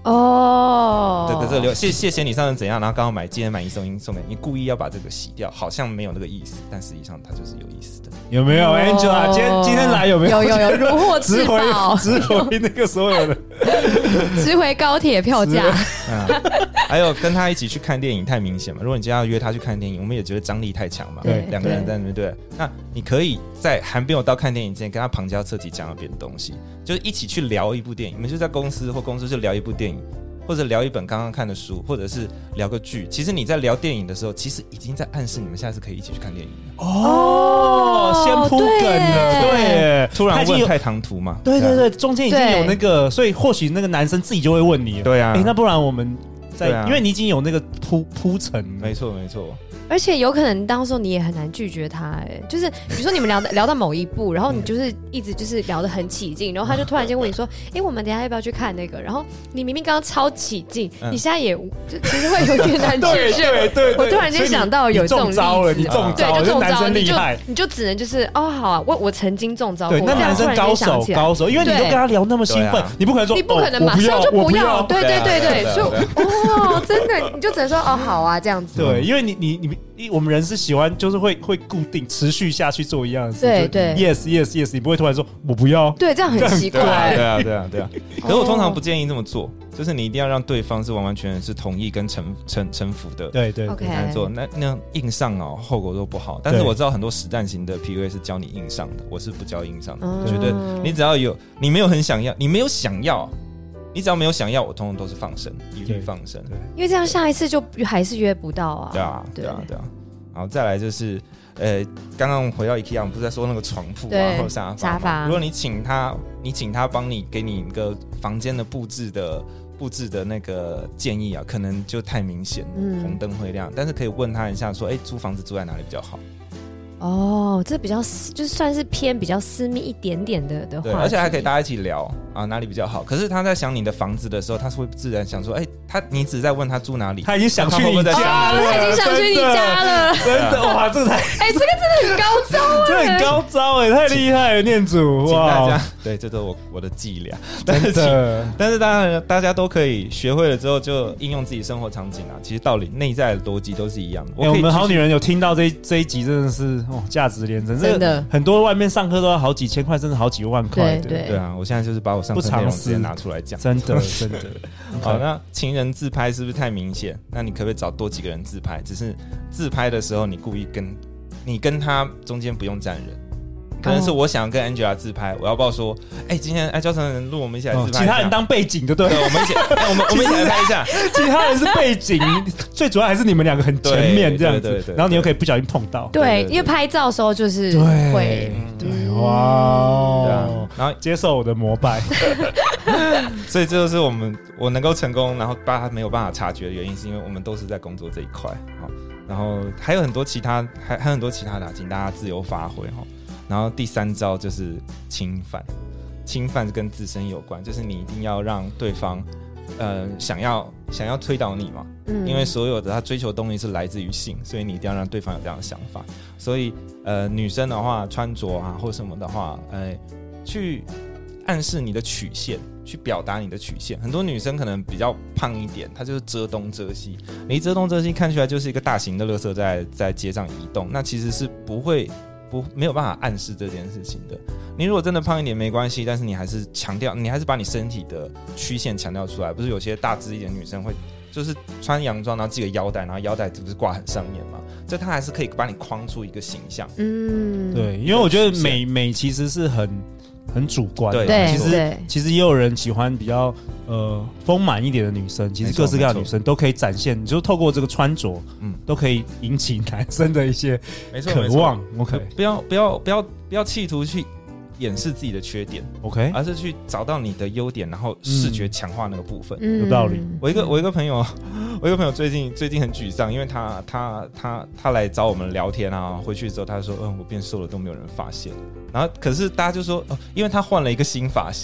哦， 这个这个流，谢谢谢你上次怎样，然后刚好买今天买一送一送给你，故意要把这个洗掉，好像没有那个意思，但实际上它就是有意思的。 有没有 Angela？、哦、今天今天来有没有？ 有有有，如获至宝， 值回那个所有的， 值回高铁票价。 嗯，还有跟他一起去看电影太明显嘛？如果你今天要约他去看电影，我们也觉得张力太强嘛。 对， 两个人在那边对，那你可以在还没有到看电影之前，跟他旁敲侧击讲到别的东西，就是一起去聊一部电影。你们就在公司或公司就聊一部电影。或者聊一本刚刚看的书，或者是聊个剧。其实你在聊电影的时候，其实已经在暗示你们下次可以一起去看电影了。 哦，先铺梗了，对， 突然问太唐突嘛？ 对对对，中间已经有那个，所以或许那个男生自己就会问你了。 对啊， 哎，那不然我们在，啊、因为你已经有那个铺铺陈。 没错没错。 而且有可能当时候你也很难拒绝他、欸，哎，就是比如说你们聊聊到某一部，然后你就是一直就是聊得很起劲，然后他就突然间问你说，哎、欸，我们等一下要不要去看那个？然后你明明刚刚超起劲，嗯、你现在也就其实会有点难拒绝。 对对 对, 对， 我突然间想到有这种例子， 你中招了，你中招了， 对，就中招， 男生厉害， 你就你就只能就是哦，好啊，我我曾经中招过， 对，那男生高手高手，因为你都跟他聊那么兴奋，啊、你不可能说， 你不可能马上就不要，对对对对，所以哦，真的，你就只能说哦，好啊，这样子。 对，因为你你你我们人是喜欢就是会会固定持续下去做一样的事， 对对 ，yes yes yes， 你不会突然说我不要， 对，这样很奇怪， 对啊对啊对啊。可是我通常不建议这么做，就是你一定要让对方是完完全全是同意跟臣臣臣服的， 对对对， 才做。那那样硬上哦，后果都不好。但是我知道很多实战型的 P U A 是教你硬上的，我是不教硬上的。我觉得你只要有你没有很想要，你没有想要。你只要没有想要，我通通都是放生，一律放生。 因为这样下一次就还是约不到啊。 对啊，对啊，对啊。然后再来就是，呃，刚刚回到 IKEA， 我们不是在说那个床铺啊，或沙发沙发。 如果你请他，你请他帮你给你一个房间的布置的布置的那个建议啊，可能就太明显，嗯、红灯会亮。但是可以问他一下，说，哎，租房子住在哪里比较好？ 哦，这比较就是算是偏比较私密一点点的的话， 对，而且还可以大家一起聊啊，哪里比较好。可是他在想你的房子的时候，他是会自然想说，哎、欸，他你只是在问他住哪里， 他已经想去你家了， 哦、他已经想去你家了， 真的哇，这才哎、欸，这个真的很高招、欸， 这很高招哎、欸，太厉害了，念祖哇！ 大家对，这都是我我的伎俩，但是但是当然大家都可以学会了之后，就应用自己生活场景啊。其实道理内在的逻辑都是一样的。 我, 欸、我们好女人有听到这一这一集，真的是哦，价值连城。真的，很多外面上课都要好几千块，甚至好几万块的。 对对啊，我现在就是把我上课内容直接拿出来讲， 真的真的。 好，那情人自拍是不是太明显？那你可不可以找多几个人自拍？只是自拍的时候，你故意跟你跟他中间不用站人。可能是我想跟 Angela 自拍，我要不要说，哎、欸，今天哎，教成人录，我们一起来自拍、哦， 其他人当背景，对不对？ 对，我们一起，哎、欸，我们我们一起来拍一下。 其他人是背景，最主要还是你们两个很前面这样子，对对对对，然后你又可以不小心碰到。 对，对对对，因为拍照的时候就是会， 对，对哇， 对啊，然后接受我的膜拜。 所以这就是我们我能够成功，然后大家没有办法察觉的原因，是因为我们都是在工作这一块，好，然后还有很多其他，还还有很多其他的，请大家自由发挥哈。然后第三招就是侵犯，侵犯跟自身有关，就是你一定要让对方，呃，想要想要推倒你嘛，嗯，因为所有的他追求的东西是来自于性，所以你一定要让对方有这样的想法。所以，呃，女生的话穿着啊或什么的话，呃，去暗示你的曲线，去表达你的曲线。很多女生可能比较胖一点，她就是遮东遮西，你一遮东遮西看起来就是一个大型的垃圾在在街上移动，那其实是不会。不没有办法暗示这件事情的。你如果真的胖一点没关系，但是你还是强调，你还是把你身体的曲线强调出来。不是有些大只一点的女生会就是穿洋装，然后系个腰带，然后腰带不是挂很上面嘛？这她还是可以把你框出一个形象。嗯， 对，因为我觉得美美其实是很很主观的。 对， 其实其实也有人喜欢比较呃丰满一点的女生，其实各式各样的女生都可以展现，你就透过这个穿着，嗯，都可以引起男生的一些渴望。OK， 不要不要不要不要企图去掩饰自己的缺点 ，OK， 而是去找到你的优点，然后视觉强化那个部分， 嗯、有道理。 我一个我一个朋友，我一个朋友最近最近很沮丧，因为他他他他来找我们聊天啊，回去之后他就说，嗯，我变瘦了都没有人发现。然后可是大家就说，哦，因为他换了一个新发型。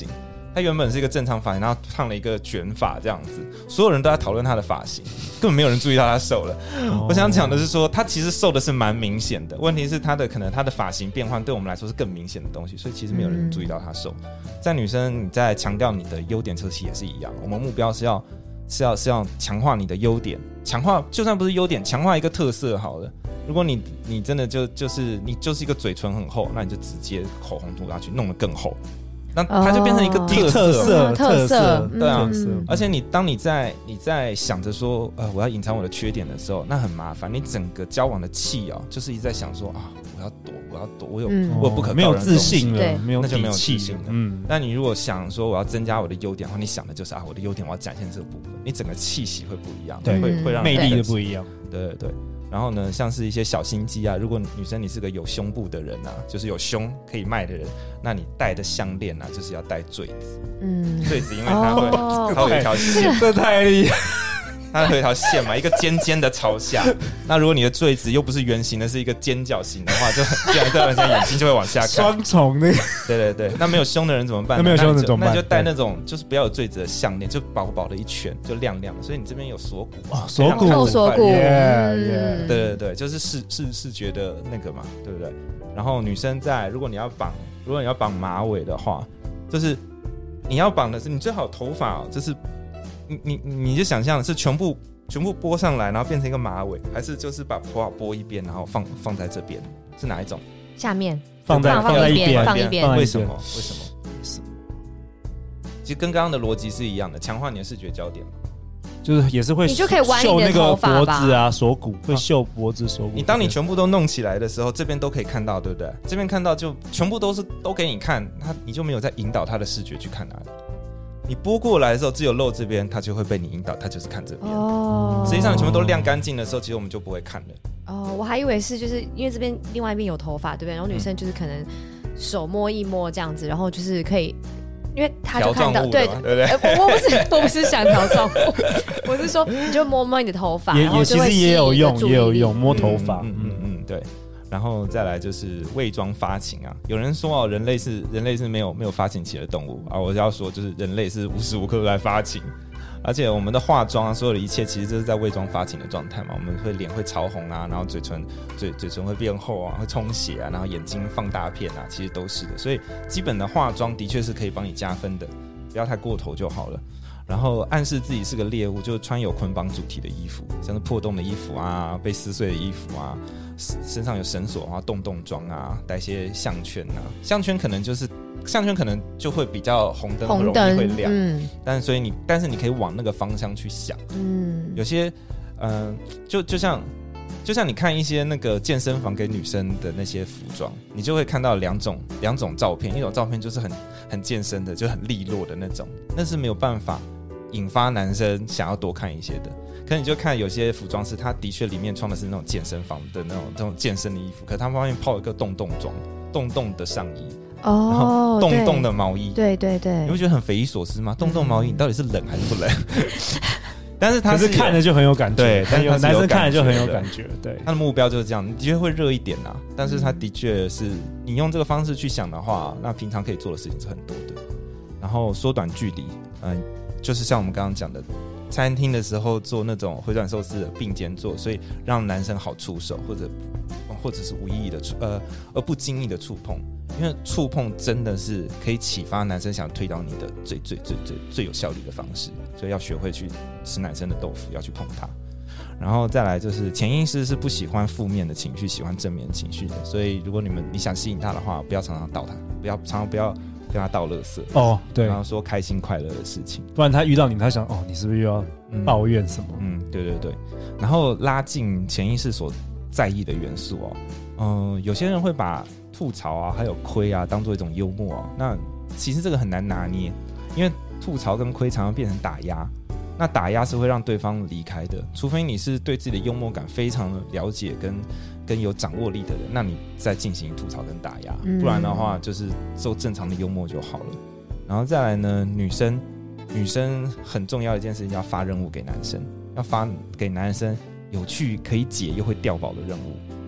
他原本是一个正常发型，然后烫了一个卷发这样子，所有人都在讨论他的发型，根本没有人注意到他瘦了。哦、我想讲的是说，他其实瘦的是蛮明显的，问题是他的可能他的发型变换对我们来说是更明显的东西，所以其实没有人注意到他瘦。嗯、在女生你在强调你的优点侧期也是一样，我们目标是要是要是要强化你的优点，强化就算不是优点，强化一个特色好了。如果你你真的就就是你就是一个嘴唇很厚，那你就直接口红涂下去，弄得更厚，那它就变成一个特色、 特色、 特色， 对啊。嗯、而且你当你在你在想着说，呃，我要隐藏我的缺点的时候，那很麻烦。你整个交往的气啊，就是一直在想说啊，我要躲，我要躲，我有、嗯、我有不可没有自信了， 对， 没有那就没有自信了。 嗯， 但你如果想说我要增加我的优点的话，你想的就是啊，我的优点我要展现这个部分，你整个气息会不一样， 对， 会会让魅力的不一样， 对对对。然后呢，像是一些小心机啊，如果女生你是个有胸部的人啊，就是有胸可以卖的人，那你戴的项链啊，就是要戴坠子。嗯，坠子因为它会，哦、它会有一条线， 这太厉害。 它会有一条线嘛，一个尖尖的朝下。那如果你的坠子又不是圆形的，是一个尖角形的话，就自然对人家眼睛就会往下看。 双重的。 对对对，那没有胸的人怎么办？ 那没有胸的怎么办？ 那就戴那种就是不要有坠子的项链，就薄薄的一圈，就亮亮的。所以你这边有锁骨啊， 锁骨， 露锁骨。 Yeah, yeah. 对对对，就是视视视觉的那个嘛，对不对？然后女生在，如果你要绑，如果你要绑马尾的话，就是你要绑的是你最好头发，就是你你你就想象是全部。全部拨上来，然后变成一个马尾，还是就是把头发拨一边，然后放放在这边，是哪一种？ 下面放在放在一边， 放一边。 为什么？为什么？其实跟刚刚的逻辑是一样的，强化你的视觉焦点， 就是也是会你就可以玩秀那个脖子啊、锁骨，会秀脖子、锁骨。 你当你全部都弄起来的时候，这边都可以看到，对不对？这边看到就全部都是都给你看，他你就没有在引导他的视觉去看哪里。你拨过来的时候，只有露这边，它就会被你引导，它就是看这边。哦，实际上你全部都晾干净的时候，其实我们就不会看了。 哦，我还以为是就是因为这边另外一边有头发，对不对？然后女生就是可能手摸一摸这样子，然后就是可以，因为他就看到，对对不对？ 呃、我不是我不是想调状物，我是说你就摸摸你的头发， 也然后就会其实也有用，也有用摸头发。 嗯嗯 嗯, 嗯对。然后再来就是伪装发情啊，有人说哦，人类是人类是没有没有发情期的动物啊，我就要说就是人类是无时无刻都在发情，而且我们的化妆啊，所有的一切其实就是在伪装发情的状态嘛，我们会脸会潮红啊，然后嘴唇嘴嘴唇会变厚啊，会充血啊，然后眼睛放大片啊，其实都是的，所以基本的化妆的确是可以帮你加分的，不要太过头就好了。然后暗示自己是个猎物，就穿有捆绑主题的衣服，像是破洞的衣服啊，被撕碎的衣服啊，身上有绳索啊，洞洞装啊，带一些项圈啊，项圈可能就是项圈可能就会比较红灯，很容易会亮，嗯，但所以你但是你可以往那个方向去想，嗯，有些嗯、呃，就就像就像你看一些那个健身房给女生的那些服装，你就会看到两种两种照片，一种照片就是很很健身的，就很利落的那种，那是没有办法引发男生想要多看一些的，可是你就看有些服装是它的确里面穿的是那种健身房的那种这种健身的衣服，可是他们外面泡一个洞洞装，洞洞的上衣，哦，然后洞洞的毛衣， 对对对， 你会觉得很匪夷所思吗？洞洞毛衣你到底是冷还是不冷？但是他是看着就很有感觉， 对，但是男生看着就很有感觉，对， 他的目标就是这样，你的确会热一点啊，但是他的确是你用这个方式去想的话，那平常可以做的事情是很多的，然后缩短距离，嗯、呃。就是像我们刚刚讲的，餐厅的时候做那种回转寿司的并肩做，所以让男生好出手，或者或者是无意义的触呃而不经意的触碰，因为触碰真的是可以启发男生想推倒你的最最最最最有效率的方式，所以要学会去吃男生的豆腐，要去碰它。然后再来就是潜意识是不喜欢负面的情绪，喜欢正面的情绪的，所以如果你们你想吸引他的话，不要常常倒他，不要常常不要跟他倒垃圾哦，对， 然后说开心快乐的事情， 不然他遇到你，他想哦，你是不是又要抱怨什么？ 嗯，嗯对对对，然后拉近潜意识所在意的元素哦，嗯、呃，有些人会把吐槽啊，还有亏啊，当做一种幽默啊，那其实这个很难拿捏，因为吐槽跟亏常常变成打压。那打压是会让对方离开的，除非你是对自己的幽默感非常的了解跟跟有掌握力的人，那你再进行吐槽跟打压，不然的话就是做正常的幽默就好了。然后再来呢，女生女生很重要的一件事情，要发任务给男生，要发给男生有趣可以解又会掉宝的任务。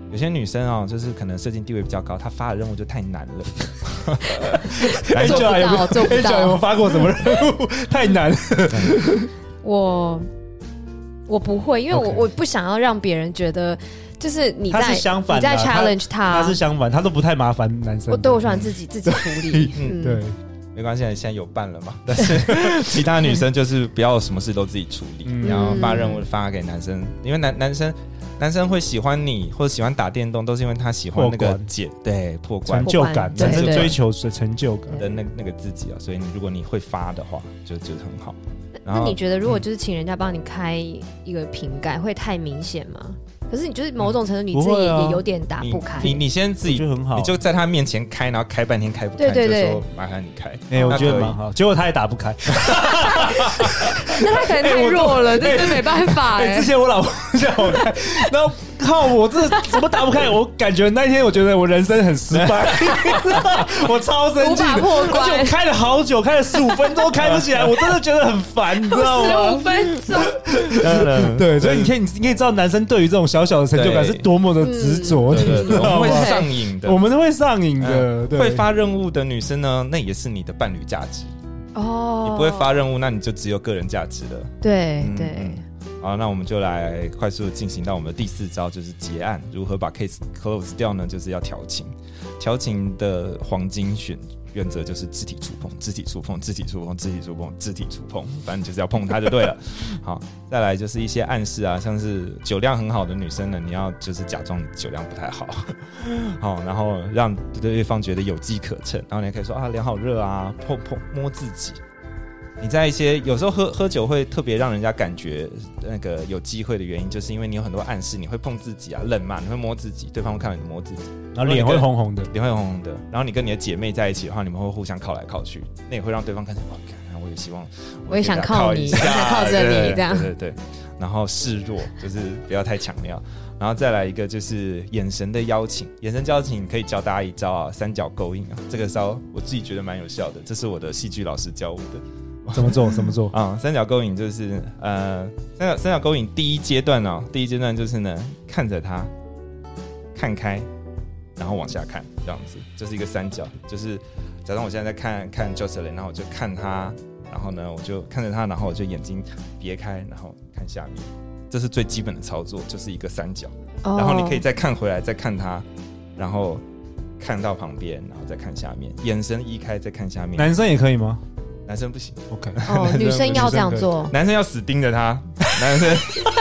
有些女生哦，就是可能社经地位比较高，她发的任务就太难了。 来做不到，做不到。 有没有发过什么任务太难？ 我我不会，因为我、okay. 我不想要让别人觉得。就是你在他是相反你在 challenge 他， 他是相反，他都不太麻烦男生。 我对我喜欢自己自己处理， 嗯，对， 没关系，现在有伴了嘛。但是其他女生就是不要什么事都自己处理，嗯、然后发任务发给男生，因为男男生男生会喜欢你或者喜欢打电动，都是因为他喜欢那个解对破关成就感，男生追求的成就感的那那个自己啊。所以你如果你会发的话，就就很好。 那你觉得如果就是请人家帮你开一个瓶盖，会太明显吗？可是你就是某种程度你自己也有点打不开。 嗯、你 你, 你先自己就很好， 你就在他面前开，然后开半天开不开， 对对对， 就说麻烦你开。 哎、欸，我觉得蛮好。结果他也打不开， 那他可能太弱了，这、欸、真没办法哎、欸欸。之前我老婆叫我开，然后靠我这怎么打不开？我感觉那一天我觉得我人生很失败，我超生气的，而且我开了好久，开了十五分钟开不起来，我真的觉得很烦，你知道吗？ 十五分钟， 对，所以你可以你可以知道男生对于这种小小的成就感是多么的执着， 对对对，我们会上瘾的， 我们会上瘾的。对， 会发任务的女生呢，那也是你的伴侣价值哦。你不会发任务，那你就只有个人价值了。 对对。 嗯好，那我们就来快速的进行到我们的第四招，就是结案。如何把 case close 掉呢？就是要调情。调情的黄金选原则就是肢体触碰，肢体触碰，肢体触碰，肢体触碰，肢体触碰，反正就是要碰它就对了。好，再来就是一些暗示啊，像是酒量很好的女生呢，你要就是假装酒量不太好，好，然后让对方觉得有机可乘，然后你还可以说啊，脸好热啊，碰碰摸自己。你在一些有时候喝喝酒会特别让人家感觉那个有机会的原因，就是因为你有很多暗示，你会碰自己啊，冷嘛，你会摸自己，对方会看到你摸自己， 然后脸会红红的， 脸会红红的。然后你跟你的姐妹在一起的话，你们会互相靠来靠去，那也会让对方看起来，哇，我也希望我也想靠你，我想靠着你这样， 对对对。然后示弱，就是不要太强调。然后再来一个就是眼神的邀请，眼神邀请可以教大家一招啊，三角勾引啊，这个招我自己觉得蛮有效的，这是我的戏剧老师教我的。 怎么做？怎么做啊、嗯？三角勾引就是呃，三角三角勾引第一阶段哦，第一阶段就是呢，看着他，看开，然后往下看，这样子就是一个三角，就是假装我现在在看看 Jocelyn， 然后我就看他，然后呢，我就看着他，然后我就眼睛别开，然后看下面，这是最基本的操作，就是一个三角，哦、然后你可以再看回来，再看他，然后看到旁边，然后再看下面，眼神移开，再看下面。 男生也可以吗？ 男生不行 ，OK， 哦，女生要这样做， 男生要死盯着他，男生，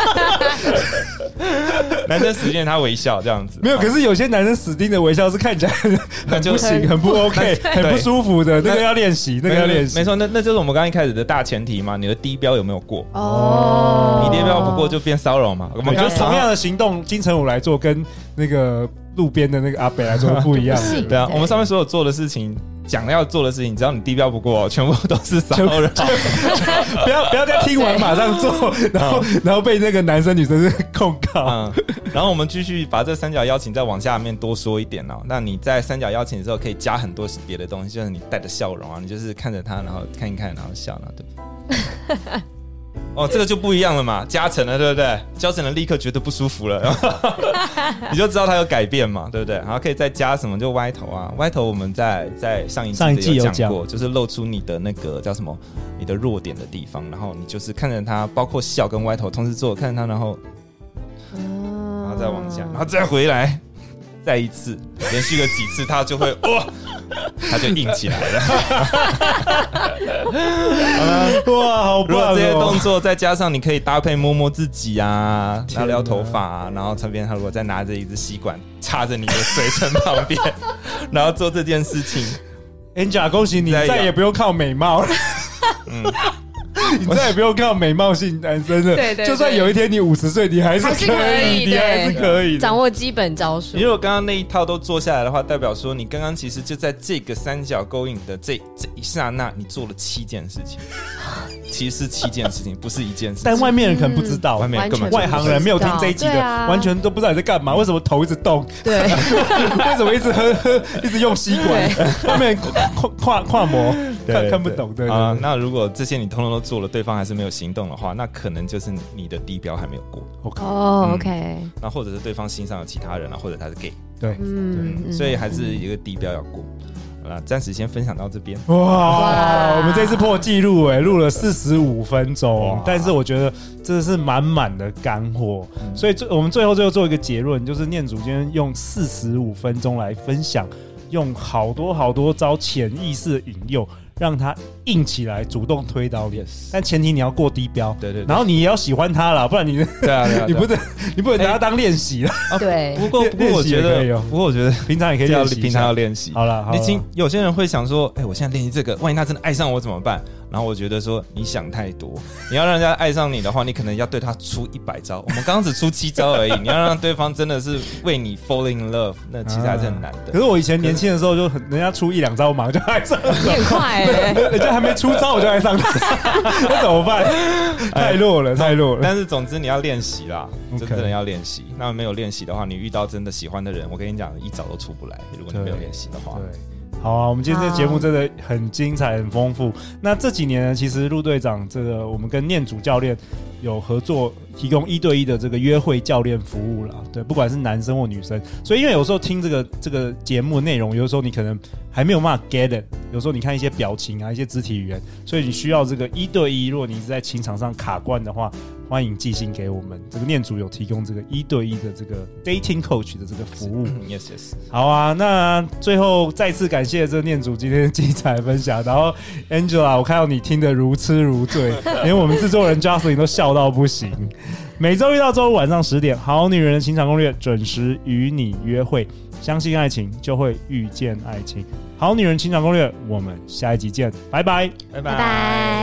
男生死盯着他微笑这样子， 没有。可是有些男生死盯着微笑是看起来很不行，很不 OK， 很不舒服的，那个要练习，那个要练习。 没错，那那就是我们刚刚一开始的大前提嘛，你的低标有没有过？哦，你低标不过就变骚扰嘛。我们刚同样的行动，金城武来做跟那个路边的那个阿北来做不一样。 对啊，我们上面所有做的事情。讲要做的事情，只要你低标不过，全部都是骚扰。 不要不要再听完马上做，然后、嗯、然后被那个男生女生是控告。 嗯，然后我们继续把这三角邀请再往下面多说一点哦。那你在三角邀请的时候，可以加很多别的东西，就是你带着笑容啊，你就是看着他，然后看一看，然后笑，然后对。哦，这个就不一样了嘛，加成了，对不对？加成了，立刻觉得不舒服了，你就知道他有改变嘛，对不对？然后可以再加什么，就歪头啊，歪头我们在在上一季有讲过，就是露出你的那个叫什么，你的弱点的地方，然后你就是看着他，包括笑跟歪头同时做，看着他，然后，然后再往下，然后再回来，再一次，连续个几次，他就会哇。他就硬起来了哇，好棒、哦！ 如果这些动作再加上你可以搭配摸摸自己啊，撩撩头发啊，然后这边他如果再拿着一支吸管插着你的嘴唇旁边，然后做这件事情 ，Angela， 恭喜你再也不用靠美貌了。嗯。你再也不用靠美貌性男生了，对对对，就算有一天你五十岁，你还是可以，你还是可以掌握基本招数。 你如果刚刚那一套都做下来的话，代表说你刚刚其实就在这个三角勾引的这这一刹那，你做了七件事情。 其实是七件事情，不是一件事情。 但外面人可能不知道， 外面人根本外行人没有听这一集的， 啊、 完全都不知道你在干嘛。为什么头一直动？ 对， 为什么一直喝喝，一直用吸管？外面跨跨跨模，看看不懂。对啊、 呃，那如果这些你通通都做了，对方还是没有行动的话，那可能就是你的低标还没有过。 OK， 哦、嗯、，OK。 那或者是对方心上有其他人啊，或者他是 gay。 对， 嗯， 对，所以还是一个低标要过。好啦，暂时先分享到这边。 哇，哇我们这次破纪录哎，录了四十五分钟，但是我觉得真的是满满的干货。嗯、所以我们最后最后做一个结论，就是念祖今天用四十五分钟来分享，用好多好多招潜意识的引诱。让他硬起来，主动推倒你， yes. 但前提你要过低标， 对 对, 对， 然后你也要喜欢他啦，不然你对啊，对啊， 你不能你不能拿它当练习了。 对， 不过不过我觉得，不过我觉得平常也可以练习， 平常要练习。 好了， 你听，有些人会想说，哎、欸，我现在练习这个，万一他真的爱上我怎么办？然后我觉得说，你想太多。你要让人家爱上你的话，你可能要对他出一百招。我们刚刚只出七招而已，你要让对方真的是为你 fall in love， 那其实还是很难的。 啊、可是我以前年轻的时候，就很人家出一两招，我马上就爱上了， 很快、欸， 人家还没出招我就爱上他，那怎么办？太弱了，太弱了。 但是总之你要练习啦，真正的要练习。那没有练习的话，你遇到真的喜欢的人，我跟你讲，一招都出不来。如果你没有练习的话。 对。好啊，我们今天这节目真的很精彩、很丰富。那这几年呢，其实陆队长这个我们跟念祖教练有合作，提供一对一的这个约会教练服务啦。对，不管是男生或女生。所以因为有时候听这个这个节目内容，有时候你可能还没有办法 get it， 有时候你看一些表情啊、一些肢体语言，所以你需要这个一对一。如果你是在情场上卡关的话，欢迎寄信给我们。这个念祖有提供这个一对一的这个 dating coach 的这个服务。 Yes, yes。 好啊，那最后再次感谢这个念祖今天的精彩分享。然后 Angela， 我看到你听得如痴如醉，连我们制作人 Justin 都笑到不行。每周一到周五晚上十点，《好女人的情场攻略》准时与你约会。相信爱情，就会遇见爱情。好女人情场攻略，我们下一集见，拜拜， 拜拜。